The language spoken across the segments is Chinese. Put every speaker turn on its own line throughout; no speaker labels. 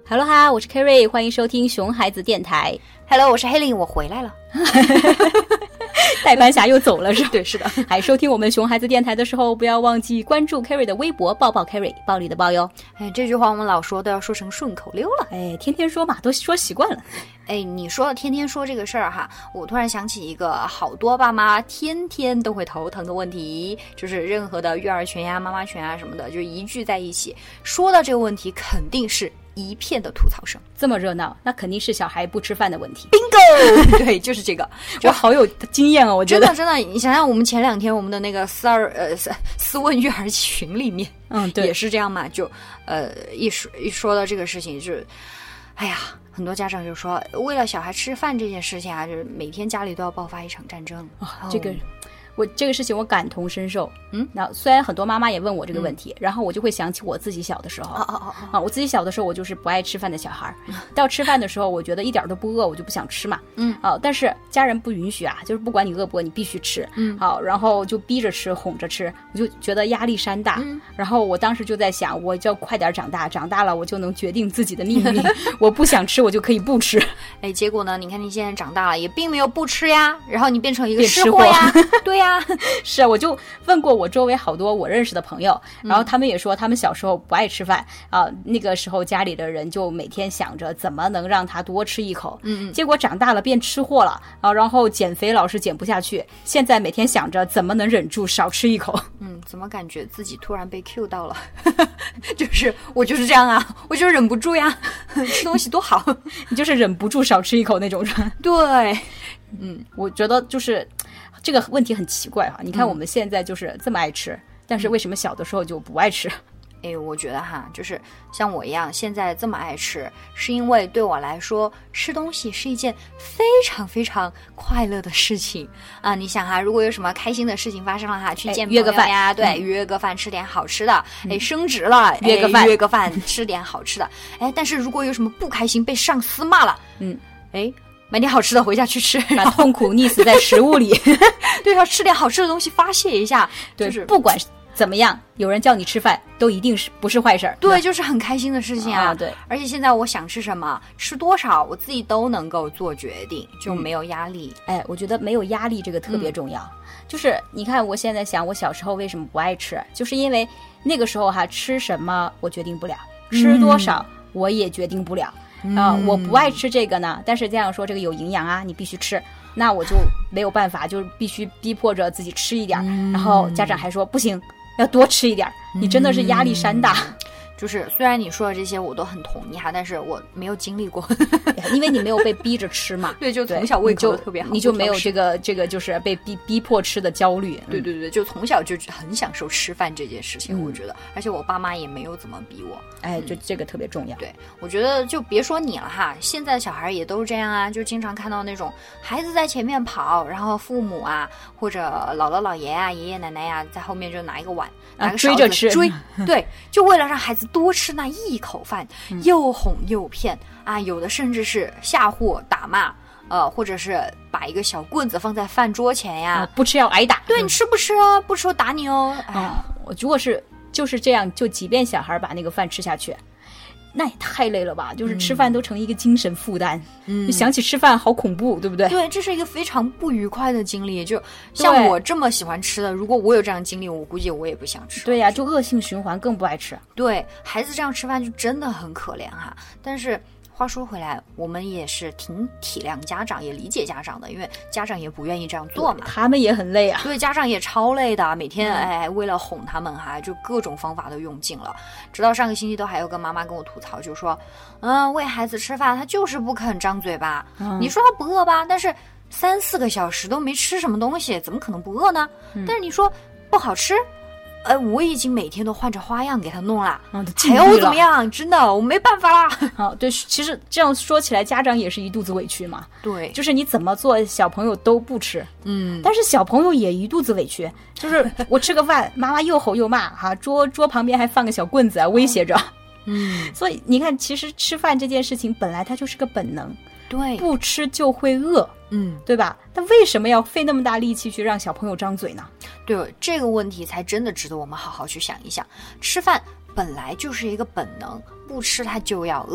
Hello 哈，我是 Kerry， 欢迎收听熊孩子电台。
Hello， 我是黑玲，我回来了。
代班侠又走了是吧？
对，是的。
还收听我们熊孩子电台的时候，不要忘记关注 Kerry 的微博，抱抱 Kerry， 暴力的抱哟。
这句话我们老说都要说成顺口溜了。
天天说嘛，都说习惯了。
你说天天说这个事儿哈，我突然想起一个好多爸妈天天都会头疼的问题，就是任何的育儿群呀、妈妈群啊什么的，就一聚在一起说到这个问题，肯定是一片的吐槽声。
这么热闹，那肯定是小孩不吃饭的问题。
Bingo， 对，就是这个。
我好有经验哦，我觉得
真的，你想想，我们前2天我们的那个思问育儿群里面，
对，
也是这样嘛。就一说到这个事情，就是哎呀，很多家长就说，为了小孩吃饭这件事情啊，就是每天家里都要爆发一场战争。
这个事情我感同身受。然后虽然很多妈妈也问我这个问题，然后我就会想起我自己小的时候。我自己小的时候，我就是不爱吃饭的小孩。到吃饭的时候，我觉得一点都不饿，我就不想吃嘛。但是家人不允许啊，就是不管你饿不饿，你必须吃。然后就逼着吃，哄着吃，我就觉得压力山大。然后我当时就在想，我就要快点长大，长大了我就能决定自己的命运。我不想吃，我就可以不吃。
结果呢？你看你现在长大了，也并没有不吃呀，然后你变成一个吃货呀。对呀。
是啊，我就问过我周围好多我认识的朋友，然后他们也说他们小时候不爱吃饭那个时候家里的人就每天想着怎么能让他多吃一口。结果长大了变吃货了然后减肥老是减不下去，现在每天想着怎么能忍住少吃一口。
怎么感觉自己突然被 Q 到了？就是我就是这样啊，我就忍不住呀，吃东西多好，
你就是忍不住少吃一口那种。
对，
我觉得就是这个问题很奇怪你看我们现在就是这么爱吃，但是为什么小的时候就不爱吃？
我觉得就是像我一样现在这么爱吃，是因为对我来说吃东西是一件非常非常快乐的事情啊！你想如果有什么开心的事情发生了去见朋友呀，
约个饭
对，约个饭吃点好吃的，升职了，约个饭吃点好吃的，但是如果有什么不开心被上司骂了，买点好吃的回家去吃，
把痛苦溺死在食物里。
对，要吃点好吃的东西发泄一下。
对，
就是
不管怎么样，有人叫你吃饭，都一定是不是坏事儿。
对，就是很开心的事情啊。
对，
而且现在我想吃什么，吃多少，我自己都能够做决定，就没有压力。
我觉得没有压力这个特别重要。就是你看，我现在想，我小时候为什么不爱吃，就是因为那个时候吃什么我决定不了，吃多少我也决定不了。我不爱吃这个呢，但是这样说这个有营养啊，你必须吃，那我就没有办法，就必须逼迫着自己吃一点。然后家长还说不行，要多吃一点，你真的是压力山大。
就是虽然你说的这些我都很同意但是我没有经历过。
因为你没有被逼着吃嘛。
对，就从小胃口特别好，
你就没有这个就是被逼迫吃的焦虑。
对，就从小就很享受吃饭这件事情。我觉得，而且我爸妈也没有怎么逼我。
就这个特别重要。
对，我觉得就别说你了现在小孩也都是这样啊，就经常看到那种孩子在前面跑，然后父母或者姥姥姥爷爷爷奶奶在后面就拿一个碗拿个勺子
追着吃。
对，就为了让孩子多吃那一口饭，又哄又骗有的甚至是吓唬打骂，或者是把一个小棍子放在饭桌前呀，
不吃要挨打。
对，你吃不吃啊？不吃我打你哦。
我如果就是这样，就即便小孩把那个饭吃下去，那也太累了吧，就是吃饭都成一个精神负担。就想起吃饭好恐怖，对不对？
对，这是一个非常不愉快的经历。就像我这么喜欢吃的，如果我有这样的经历，我估计我也不想吃。
对呀，就恶性循环，更不爱吃。
对，孩子这样吃饭就真的很可怜但是话说回来，我们也是挺体谅家长，也理解家长的，因为家长也不愿意这样做嘛。
他们也很累啊。
对，家长也超累的，每天为了哄他们就各种方法都用尽了。直到上个星期都还有个妈妈跟我吐槽，就说喂孩子吃饭他就是不肯张嘴巴。你说他不饿吧，但是3-4个小时都没吃什么东西，怎么可能不饿呢？但是你说不好吃，我已经每天都换着花样给他弄了，还要怎么样？真的，我没办法啦。
对，其实这样说起来，家长也是一肚子委屈嘛。
对，
就是你怎么做，小朋友都不吃。但是小朋友也一肚子委屈，就是我吃个饭，妈妈又吼又骂桌旁边还放个小棍子威胁着。所以你看，其实吃饭这件事情本来它就是个本能。
对，
不吃就会饿。对吧？但为什么要费那么大力气去让小朋友张嘴呢？
对，这个问题才真的值得我们好好去想一想。吃饭本来就是一个本能，不吃它就要饿。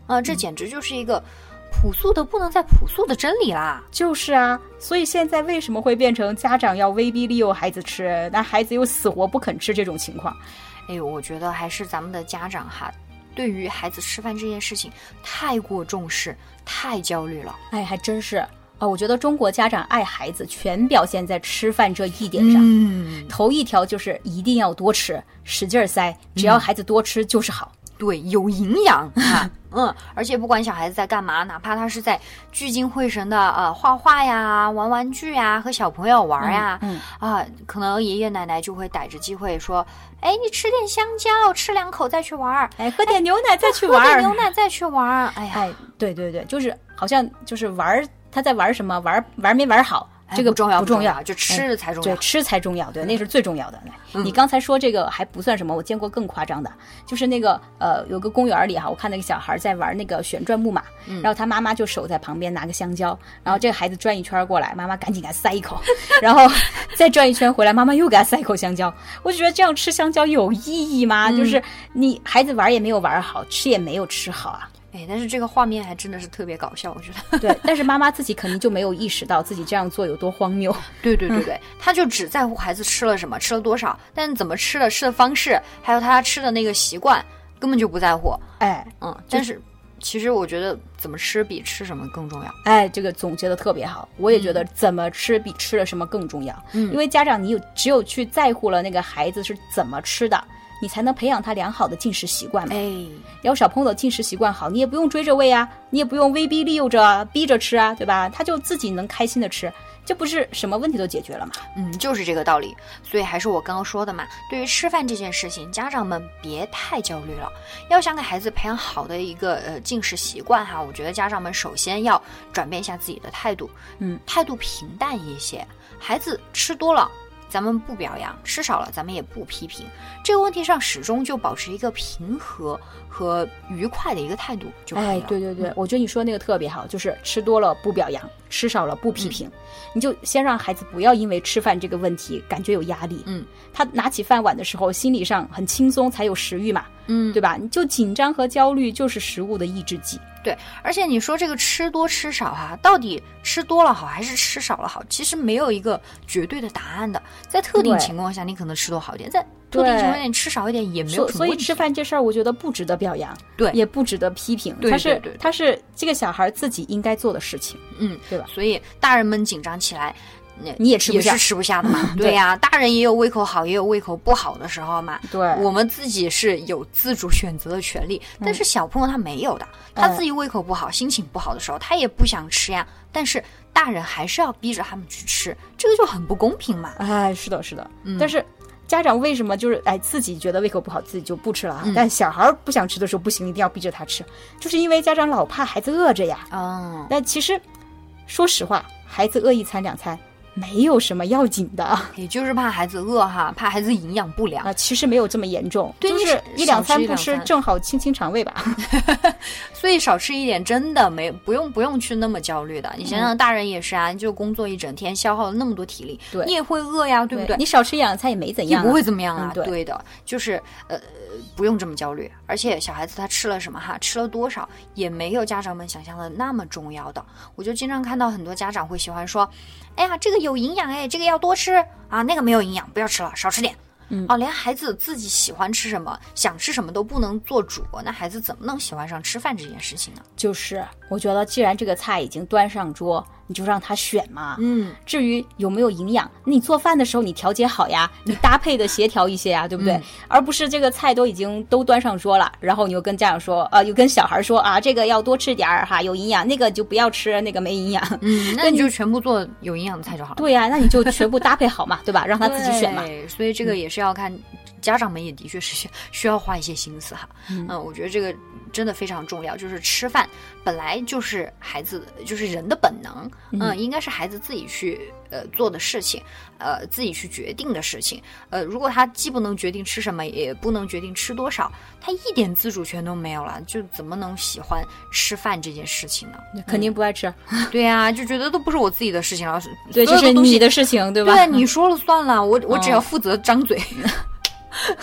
这简直就是一个朴素的不能再朴素的真理啦。
就是啊，所以现在为什么会变成家长要威逼利诱孩子吃，那孩子又死活不肯吃这种情况？
我觉得还是咱们的家长哈，对于孩子吃饭这件事情太过重视，太焦虑了。
还真是。我觉得中国家长爱孩子全表现在吃饭这一点上。头一条就是一定要多吃，使劲塞，只要孩子多吃就是好。
对，有营养啊。而且不管小孩子在干嘛，哪怕他是在聚精会神的画画呀、玩玩具呀、和小朋友玩呀，可能爷爷奶奶就会逮着机会说，你吃点香蕉，吃2口再去玩，
喝点牛奶再去玩，
喝点牛奶再去玩。
对，就是好像就是玩，他在玩什么，玩没玩好。这个不重要，
就吃才重要。
对，吃才重要，对，那是最重要的。你刚才说这个还不算什么，我见过更夸张的，就是那个有个公园里哈，我看那个小孩在玩那个旋转木马，然后他妈妈就守在旁边拿个香蕉，然后这个孩子转一圈过来，妈妈赶紧给他塞一口，然后再转一圈回来，妈妈又给他塞一口香蕉。我就觉得这样吃香蕉有意义吗？就是你孩子玩也没有玩好，吃也没有吃好啊。
但是这个画面还真的是特别搞笑，我觉得。
对，但是妈妈自己肯定就没有意识到自己这样做有多荒谬。
对，她就只在乎孩子吃了什么，吃了多少，但怎么吃的，吃的方式，还有他吃的那个习惯，根本就不在乎。但是其实我觉得怎么吃比吃什么更重要。
这个总结的特别好，我也觉得怎么吃比吃了什么更重要。因为家长你只有去在乎了那个孩子是怎么吃的，你才能培养他良好的进食习惯嘛。要小朋友的进食习惯好，你也不用追着喂啊，你也不用威逼利诱着逼着吃啊，对吧？他就自己能开心的吃，这不是什么问题都解决了吗？
就是这个道理。所以还是我刚刚说的嘛，对于吃饭这件事情，家长们别太焦虑了。要想给孩子培养好的一个进食习惯哈，我觉得家长们首先要转变一下自己的态度，态度平淡一些。孩子吃多了咱们不表扬，吃少了咱们也不批评，这个问题上始终就保持一个平和和愉快的一个态度就可以了。
对，我觉得你说那个特别好，就是吃多了不表扬，吃少了不批评。你就先让孩子不要因为吃饭这个问题感觉有压力。他拿起饭碗的时候心理上很轻松，才有食欲嘛。对吧？你就紧张和焦虑就是食物的抑制剂。
对，而且你说这个吃多吃少哈，到底吃多了好还是吃少了好？其实没有一个绝对的答案的。在特定情况下，你可能吃多好一点；在特定情况下，你吃少一点也没有什么问题。
所以吃饭这事儿，我觉得不值得表扬，
对，
也不值得批评。它是这个小孩自己应该做的事情，对吧？
所以大人们紧张起来，
你也吃不下，
也是吃不下的嘛。对呀，大人也有胃口好，也有胃口不好的时候嘛。
对，
我们自己是有自主选择的权利，但是小朋友他没有的，他自己胃口不好、心情不好的时候，他也不想吃呀。但是大人还是要逼着他们去吃，这个就很不公平嘛。
是的。但是家长为什么就是自己觉得胃口不好，自己就不吃了啊？但小孩不想吃的时候不行，一定要逼着他吃，就是因为家长老怕孩子饿着呀。但其实说实话，孩子饿1餐2餐没有什么要紧的，
也就是怕孩子饿哈，怕孩子营养不良
其实没有这么严重，
对，
就是1、2餐不吃，正好清肠胃吧。
所以少吃一点真的不用去那么焦虑的。你想想，大人也是啊，就工作一整天，消耗了那么多体力，
对，
你也会饿呀，对不对？
你少吃1、2餐也没怎样，
也不会怎么样啊。
对
的，就是不用这么焦虑。而且小孩子他吃了什么哈，吃了多少，也没有家长们想象的那么重要的。我就经常看到很多家长会喜欢说，哎呀，这个有营养这个要多吃啊，那个没有营养，不要吃了，少吃点。连孩子自己喜欢吃什么、想吃什么都不能做主，那孩子怎么能喜欢上吃饭这件事情呢？
就是我觉得，既然这个菜已经端上桌，你就让他选嘛。至于有没有营养，你做饭的时候你调节好呀，你搭配的协调一些呀，对不对？而不是这个菜都已经都端上桌了，然后你又跟家长说，又跟小孩说啊，这个要多吃点哈，有营养，那个就不要吃，那个没营养。
那你就全部做有营养的菜就好了。
对呀，那你就全部搭配好嘛，对吧？让他自己选嘛。
所以这个也是要看家长们也的确是需要花一些心思哈。我觉得这个真的非常重要，就是吃饭本来就是孩子就是人的本能，应该是孩子自己去做的事情，自己去决定的事情。如果他既不能决定吃什么，也不能决定吃多少，他一点自主权都没有了，就怎么能喜欢吃饭这件事情呢？
肯定不爱吃。
对啊，就觉得都不是我自己的事情了。
对，这是你的事情，对吧？
对，你说了算了，我只要负责张嘴。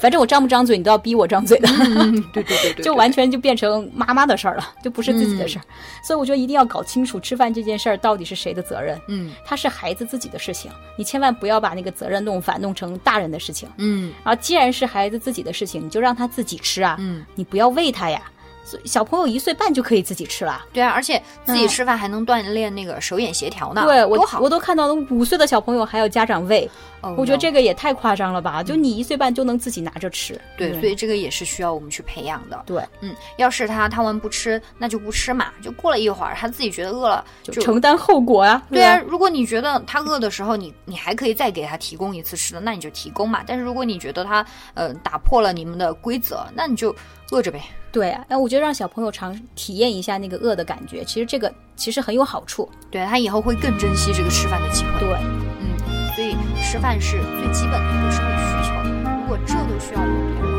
反正我张不张嘴你都要逼我张嘴的。
对对对对，
就完全就变成妈妈的事儿了，就不是自己的事儿。所以我觉得一定要搞清楚吃饭这件事儿到底是谁的责任。它是孩子自己的事情，你千万不要把那个责任弄反，弄成大人的事情。然后既然是孩子自己的事情，你就让他自己吃啊。你不要喂他呀。所以小朋友1岁半就可以自己吃了。
对啊，而且自己吃饭还能锻炼那个手眼协调呢。
对，我都看到5岁的小朋友还要家长喂。我觉得这个也太夸张了吧。就你1岁半就能自己拿着吃。
对，所以这个也是需要我们去培养的。
对，
要是他完不吃，那就不吃嘛，就过了一会儿他自己觉得饿了，
就承担后果啊。
对啊，如果你觉得他饿的时候你还可以再给他提供一次吃的，那你就提供嘛。但是如果你觉得他打破了你们的规则，那你就饿着呗。
对，我觉得让小朋友常体验一下那个饿的感觉，其实这个很有好处。
对，他以后会更珍惜这个吃饭的机会。
对，
所以吃饭是最基本的一个生理需求，如果这都需要有别人